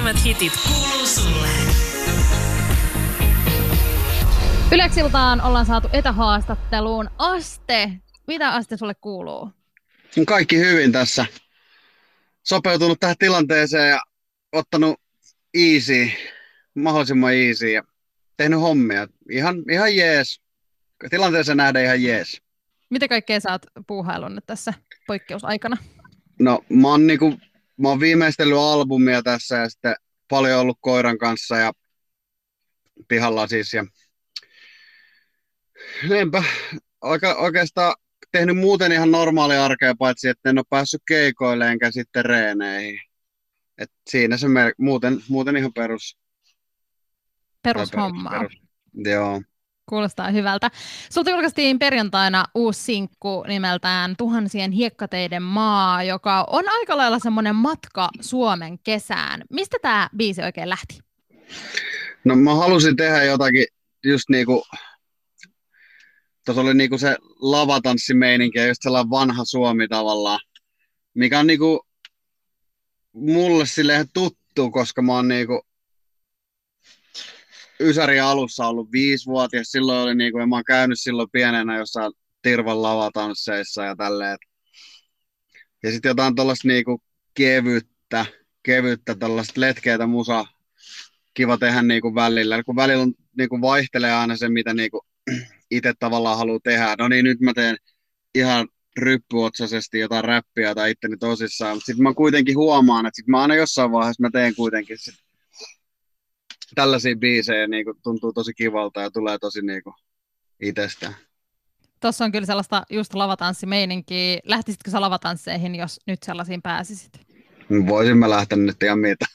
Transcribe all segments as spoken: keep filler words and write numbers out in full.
Parhaimmat hitit kuuluu sulle. Yleksiltaan ollaan saatu etähaastatteluun. Aste, mitä Aste sulle kuuluu? Kaikki hyvin tässä. Sopeutunut tähän tilanteeseen ja ottanut easy, mahdollisimman easy ja tehnyt hommia. Ihan, ihan jees. Tilanteeseen nähdään ihan jees. Mitä kaikkea sä oot puuhaillut nyt tässä poikkeusaikana? No mä oon, niinku, mä oon viimeistellyt albumia tässä ja sitten paljon ollut koiran kanssa ja pihalla siis. Ja... Enpä oike, oikeastaan tehnyt muuten ihan normaalia arkea, paitsi että en ole päässyt keikoille enkä sitten reeneihin. Et siinä se mer- muuten, muuten ihan perus. Perushommaa. Perus, perus. Joo. Kuulostaa hyvältä. Sulta julkaistiin perjantaina uusi sinkku nimeltään Tuhansien hiekkateiden maa, joka on aika lailla semmoinen matka Suomen kesään. Mistä tämä biisi oikein lähti? No mä halusin tehdä jotakin just niinku, tuossa oli niinku se lavatanssimeininki ja just sellainen vanha Suomi tavallaan, mikä on niinku mulle silleen tuttu, koska mä oon niinku Ysärin alussa ollut viisivuotias, silloin oli niinku, ja mä oon käynyt silloin pienenä jossain Tirvan lavatansseissa ja tälleen. Ja sitten jotain tollaista niinku kevyttä, kevyttä tollaista letkeätä musaa, kiva tehdä niinku välillä. Kun välillä on, niinku vaihtelee aina se, mitä niinku itse tavallaan haluaa tehdä. No niin, nyt mä teen ihan ryppyotsaisesti jotain räppiä tai itteni tosissaan, mutta sitten mä kuitenkin huomaan, että sit mä aina jossain vaiheessa mä teen kuitenkin sit tällaisia biisejä, niin kuin, tuntuu tosi kivalta ja tulee tosi niin kuin, itsestään. Tuossa on kyllä sellaista just lavatanssimeininkkiä. Lähtisitkö sä lavatansseihin, jos nyt sellaisiin pääsisit? Voisin mä lähteä nyt ihan mitä.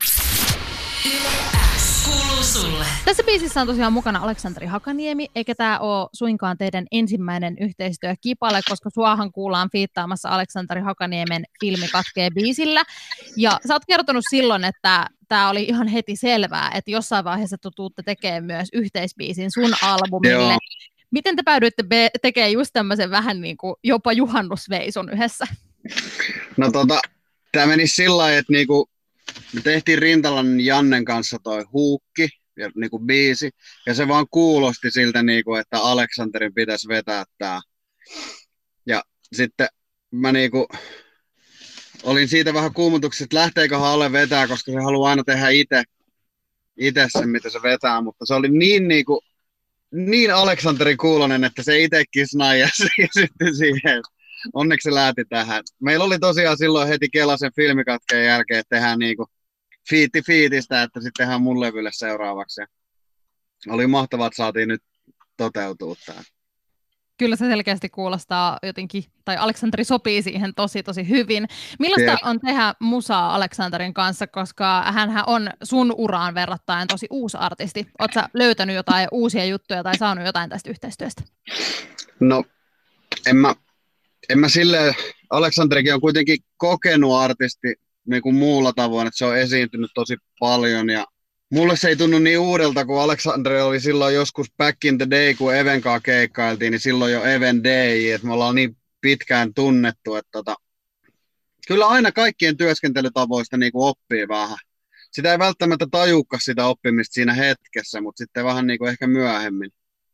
Kuuluu sulle. Tässä biisissä on tosiaan mukana Aleksanteri Hakaniemi, eikä tämä ole suinkaan teidän ensimmäinen yhteistyö Kipale, koska suahan kuullaan fiittaamassa Aleksanteri Hakaniemen Filmi katkee biisillä. Ja sä oot kertonut silloin, että tämä oli ihan heti selvää, että jossain vaiheessa te tuutte tekemään myös yhteisbiisin sun albumille. Joo. Miten te päädyitte be- tekemään just tämmöisen vähän niin kuin jopa juhannusveisun yhdessä? No tota, tämä meni sillä lailla, että niinku, me tehtiin Rintalan Jannen kanssa toi huukki ja niinku biisi, ja se vaan kuulosti siltä, niinku, että Aleksanterin pitäisi vetää tää. Ja sitten mä niinku olin siitä vähän kuumutuksessa, että lähteeköhän Ale vetää, koska se haluaa aina tehdä itse, itse sen, mitä se vetää, mutta se oli niin, niinku, niin Aleksanterin kuulonen, että se itsekin snai ja sitten siihen. Onneksi se lähti tähän. Meillä oli tosiaan silloin heti Kelasen filmikatkeen jälkeen, että tehdään niinku fiitti fiitistä, että sitten tehdään mun levylle seuraavaksi. Ja oli mahtavaa, että saatiin nyt toteutua tämä. Kyllä se selkeästi kuulostaa jotenkin, tai Aleksanteri sopii siihen tosi tosi hyvin. Millaista Jep. on tehdä musaa Aleksanterin kanssa, koska hänhän on sun uraan verrattain tosi uusi artisti. Oletko sä löytänyt jotain uusia juttuja tai saanut jotain tästä yhteistyöstä? No, en mä, en mä silleen, Aleksanterikin on kuitenkin kokenut artisti niin kuin muulla tavoin, että se on esiintynyt tosi paljon ja mulle se ei tunnu niin uudelta, kun Aleksanteri oli silloin joskus back in the day, kun Even kanssa keikkailtiin, niin silloin jo Even Day, että me ollaan niin pitkään tunnettu, että tota, kyllä aina kaikkien työskentelytavoista niin kuin oppii vähän. Sitä ei välttämättä tajuukaan sitä oppimista siinä hetkessä, mutta sitten vähän niin kuin ehkä myöhemmin.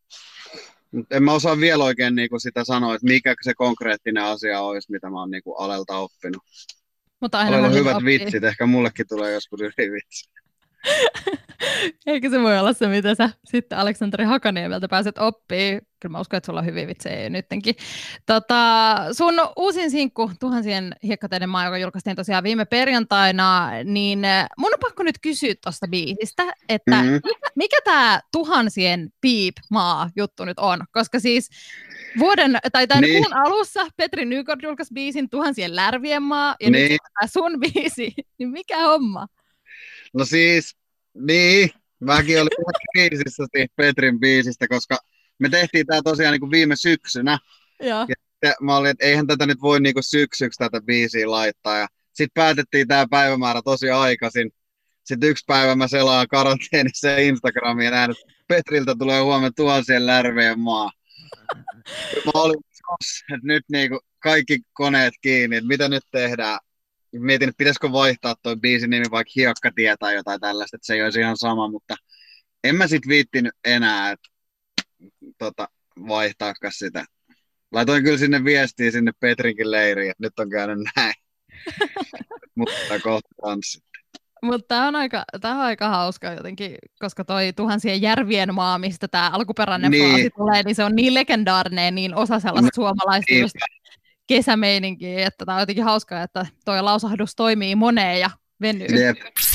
Mut en mä osaa vielä oikein niin kuin sitä sanoa, että mikä se konkreettinen asia olisi, mitä mä oon niin kuin Alelta oppinut. Mutta aina Alella on niin hyvät oppii. vitsit, ehkä mullekin tulee joskus yli vitsi. Eikö se voi olla se, mitä sä sitten Aleksanteri Hakaniemeltä pääset oppii? Kyllä mä uskon, että sulla on hyviä vitsejä nyttenkin. Tota, sun uusin sinkku, Tuhansien hiekkateiden maa, joka julkaistiin tosiaan viime perjantaina, niin mun on pakko nyt kysyä tuosta biisistä, että Mm-hmm. mikä, mikä tämä Tuhansien piip maa juttu nyt on? Koska siis vuoden, tai tämän Niin. kuun alussa Petri Nykort julkaisi biisin Tuhansien lärvien maa, ja Niin. nyt tämä sun biisi, niin mikä homma? No siis, niin, mäkin olin ihan kriisissä siitä Petrin biisistä, koska me tehtiin tää tosiaan niin kuin viime syksynä. Joo. Ja mä olin, että eihän tätä nyt voi niin kuin syksyksi tätä biisiä laittaa. Ja sitten päätettiin tää päivämäärä tosi aikaisin. Sitten yksi päivä mä selaan karanteenissa Instagramiin ja näen, että Petriltä tulee huomenna Tuhansien lärvien maa. Mä olin, että nyt niin kuin kaikki koneet kiinni, että mitä nyt tehdään. mietin, että pitäisikö vaihtaa toi biisin nimi vaikka Hiekkatie tai jotain tällaista, että se ei olisi ihan sama, mutta en mä sit viittinyt enää, että tota, vaihtaakaan sitä. Laitoin kyllä sinne viestiä sinne Petrinkin leiriin, että nyt on käynyt näin. Mutta kohta tanssit. Mutta tämä on, aika, tää on aika hauska jotenkin, koska toi Tuhansien järvien maa, mistä tämä alkuperäinen Niin. fraasi tulee, niin se on niin legendaarinen, niin osa sellaista suomalaista Niin. just kesämeininkiä, että tämä on jotenkin hauskaa, että toi lausahdus toimii moneen ja venyy. Jep.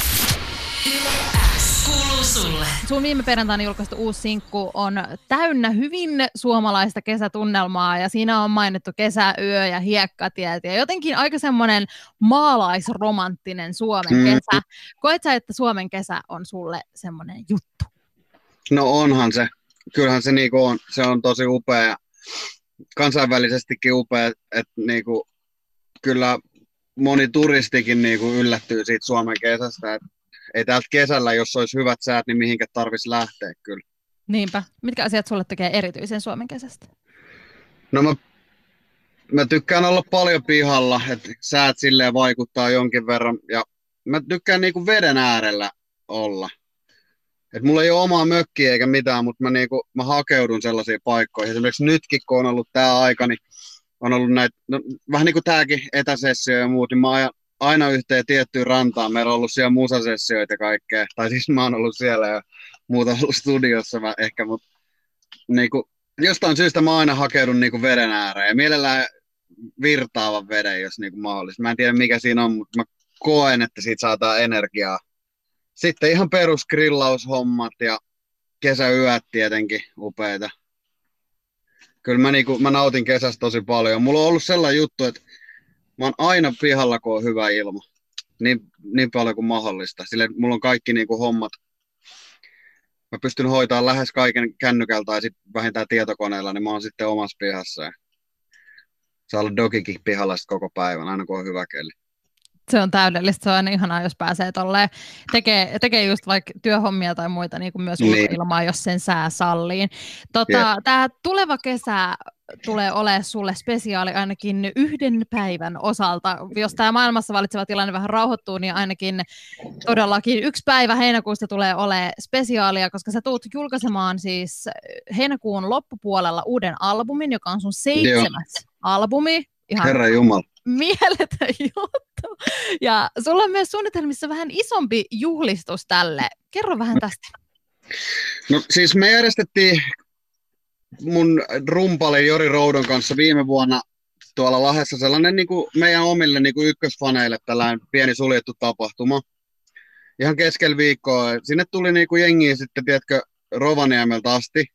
Kuuluu sulle. Sun viime perjantaina julkaistu uusi sinkku on täynnä hyvin suomalaista kesätunnelmaa ja siinä on mainittu kesäyö ja hiekkatiet ja jotenkin aika semmoinen maalaisromanttinen Suomen Mm. kesä. Koet sä, että Suomen kesä on sulle semmoinen juttu? No onhan se. Kyllähän se niinku on. Se on tosi upea. Kansainvälisestikin upea, että niinku, kyllä moni turistikin niinku yllättyy siitä Suomen kesästä. Et ei täältä kesällä, jos olisi hyvät säät, niin mihinkä tarvitsisi lähteä kyllä. Niinpä. Mitkä asiat sulle tekee erityisen Suomen kesästä? No mä, mä tykkään olla paljon pihalla, että säät silleen vaikuttaa jonkin verran. Ja mä tykkään niinku veden äärellä olla. Et mulla ei ole omaa mökkiä eikä mitään, mutta mä, niinku, mä hakeudun sellaisiin paikkoihin. Esimerkiksi nytkin, kun on ollut tää aika, niin on ollut näitä, no, vähän niin kuin tääkin etäsessio ja muut, niin mä ajan aina yhteen tiettyyn rantaan. Meillä on ollut siellä musasessioita ja kaikkea. Tai siis mä oon ollut siellä ja muuta ollut studiossa mä ehkä, mutta niinku, jostain syystä mä aina hakeudun niinku veden ääreen. Ja mielellään virtaavan veden, jos niinku mahdollista. Mä en tiedä mikä siinä on, mutta mä koen, että siitä saadaan energiaa. Sitten ihan perus grillaushommat ja kesäyöt tietenkin upeita. Kyllä mä, niinku, mä nautin kesästä tosi paljon. Mulla on ollut sellainen juttu, että mä oon aina pihalla, kun on hyvä ilma. Niin, niin paljon kuin mahdollista. Sille mulla on kaikki niinku hommat. Mä pystyn hoitamaan lähes kaiken kännykällä tai sit vähintään tietokoneella, niin mä oon sitten omassa pihassa. Ja saa olla dogikin pihalla sit koko päivän, aina kun on hyvä keli. Se on täydellistä, se on aina ihanaa, jos pääsee tolleen, tekee, tekee just vaikka työhommia tai muita niin kuin myös Niin. ulkoilmaa, jos sen sää salliin. Tota, tämä tuleva kesä tulee olemaan sulle spesiaali ainakin yhden päivän osalta. Jos tämä maailmassa valitseva tilanne vähän rauhoittuu, niin ainakin todellakin yksi päivä heinäkuusta tulee olemaan spesiaalia, koska sä tulet julkaisemaan siis heinäkuun loppupuolella uuden albumin, joka on sun seitsemäs albumi. Ihan Herra Jumala. mieletön juttu. Ja sulla on myös suunnitelmissa vähän isompi juhlistus tälle. Kerro vähän tästä. No siis me järjestettiin mun rumpali Jori Roudon kanssa viime vuonna tuolla Lahdessa sellainen niin kuin meidän omille niin kuin ykkösfaneille tällainen pieni suljettu tapahtuma. Ihan keskellä viikkoa. Sinne tuli niin kuin jengiä sitten, tiedätkö, Rovaniemeltä asti.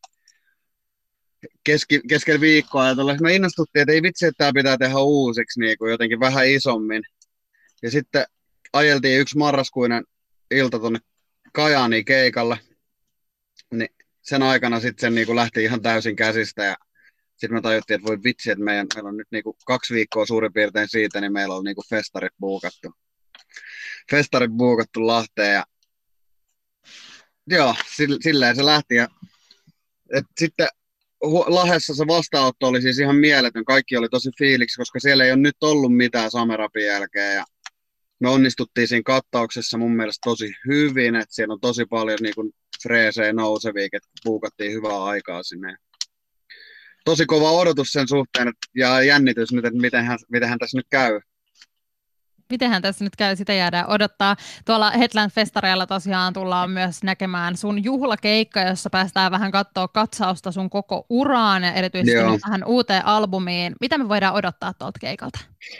Keski, keskellä viikkoa ja me innostuttiin, että ei vitsi, että tämä pitää tehdä uusiksi niin kuin jotenkin vähän isommin. Ja sitten ajeltiin yksi marraskuinen ilta tuonne Kajaaniin keikalle. Niin sen aikana sitten se niin kuin lähti ihan täysin käsistä ja sitten me tajuttiin, että voi vitsi, että meidän, meillä on nyt niin kuin kaksi viikkoa suurin piirtein siitä, niin meillä on niin kuin festarit buukattu. Festarit buukattu Lahteen ja joo, silleen se lähti ja et sitten Lahdessa se vastaanotto oli siis ihan mieletön. Kaikki oli tosi fiiliksi, koska siellä ei ole nyt ollut mitään Samerapin jälkeen. Ja me onnistuttiin siinä kattauksessa mun mielestä tosi hyvin, että siellä on tosi paljon niin kuin freesejä nousevia, että buukattiin hyvää aikaa sinne. Tosi kova odotus sen suhteen että, ja jännitys nyt, että mitenhän, mitenhän tässä nyt käy. Mitenhän tässä nyt käy, sitä jäädään odottaa. Tuolla Headland-festareilla tosiaan tullaan myös näkemään sun juhlakeikka, jossa päästään vähän katsoa katsausta sun koko uraan ja erityisesti Joo. tähän uuteen albumiin. Mitä me voidaan odottaa tuolta keikalta?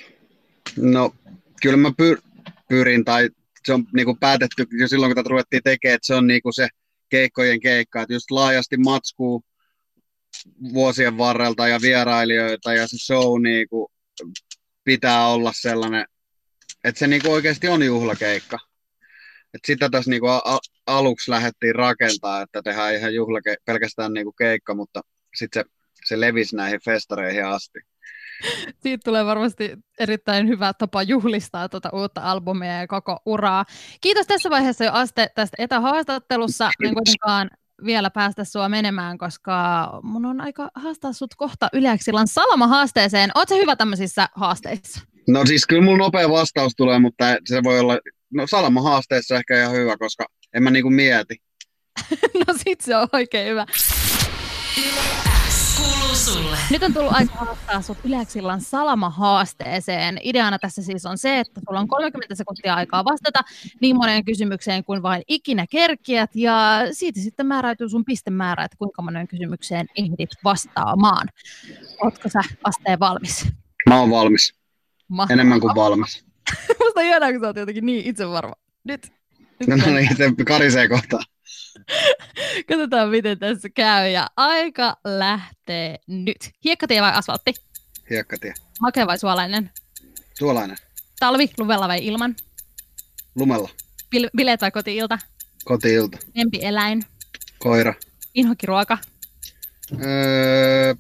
No, kyllä mä pyr- pyrin, tai se on niinku päätetty jo silloin, kun tätä ruvettiin tekemään, että se on niinku se keikkojen keikka, että just laajasti matskuu vuosien varrelta ja vierailijoita ja se show niinku pitää olla sellainen, että se niinku oikeasti on juhlakeikka. Et sitä tässä niinku a- aluksi lähdettiin rakentaa, että tehdään ihan juhlake- pelkästään niinku keikka, mutta sitten se, se levisi näihin festareihin asti. Siitä tulee varmasti erittäin hyvä tapa juhlistaa tuota uutta albumia ja koko uraa. Kiitos tässä vaiheessa jo Aste tästä etähaastattelussa. En kuitenkaan vielä päästä sua menemään, koska mun on aika haastaa sut kohta Yle X:n Salama-haasteeseen. Ootko hyvä tämmöisissä haasteissa? No siis kyllä mulla nopea vastaus tulee, mutta se voi olla, no Salama haasteessa ehkä ihan hyvä, koska en mä niinku mieti. No sit se on oikein hyvä. Yle X kuuluu sulle. Nyt on tullut aika haastaa sut Yle X:n Salama-haasteeseen. Ideana tässä siis on se, että sulla on kolmekymmentä sekuntia aikaa vastata niin moneen kysymykseen kuin vain ikinä kerkiät, ja siitä sitten määräytyy sun pistemäärä, että kuinka moneen kysymykseen ehdit vastaamaan. Ootko sä Asteen valmis? Mä oon valmis. Mahtavaa. Enemmän kuin valmis. Musta on ihanaa, kun sä oot jotenkin niin itsevarma. Nyt. Nyt No, no niin, se karisee kohtaan. Katsotaan, miten tässä käy. Ja aika lähtee nyt. Hiekkatie vai asfaltti? Hiekkatie. Makea vai suolainen? Suolainen. Talvi, lumella vai ilman? Lumella. Bil- bileet vai koti-ilta? Koti-ilta. Lempieläin? Koira. Inhokkiruoka? Öö,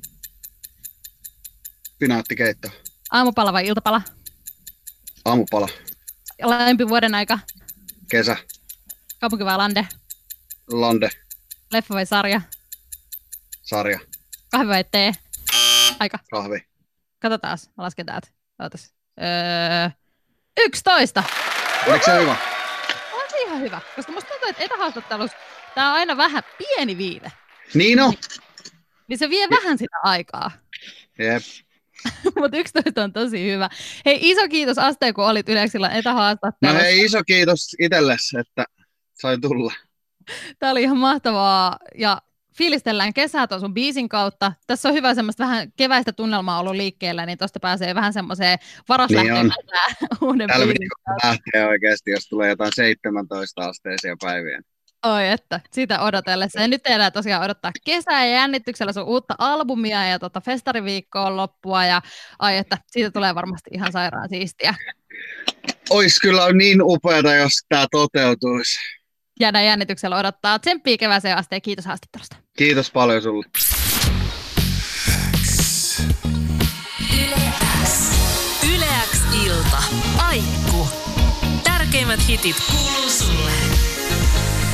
pinaattikeitto. Aamupala vai iltapala? Aamupala. Lempi vuoden aika? Kesä. Kaupunki vai lande? Lande. Leffa vai sarja? Sarja. Kahvi vai tee? Aika. Kahvi. Katsotaan, mä lasken täältä. Ootas. Öö, yksitoista. Oliko se hyvä? On se ihan hyvä, koska musta tuntuu, että etähaastattelussa tää on aina vähän pieni viive. Niin on. Niin se vie vähän sitä aikaa. Jep. Mutta yksitoista on tosi hyvä. Hei, iso kiitos Aste, kun olit Yle X:llä No etähaastattelussa. hei, iso kiitos itsellesi, että sai tulla. Tämä oli ihan mahtavaa ja fiilistellään kesää tuon sun biisin kautta. Tässä on hyvä semmoista vähän keväistä tunnelmaa ollut liikkeellä, niin tuosta pääsee vähän semmoiseen varas Niin lähtemään uuden Tällä biisin viikolla kautta. lähtee oikeasti, jos tulee jotain seitsemäntoista asteisia päiviä. Oi että, sitä odotellessa. Ja nyt tehdään tosiaan odottaa kesää ja jännityksellä sun uutta albumia ja tota festariviikkoon loppua. Ja ai että, siitä tulee varmasti ihan sairaan siistiä. Ois kyllä niin upeata, jos tämä toteutuisi. Jäädään jännityksellä odottaa. Tsemppiä kevääseen asti ja kiitos haastattelusta. Kiitos paljon sulle. Yle X. Yle X ilta. Aikku. Tärkeimmät hitit kuuluu sulle.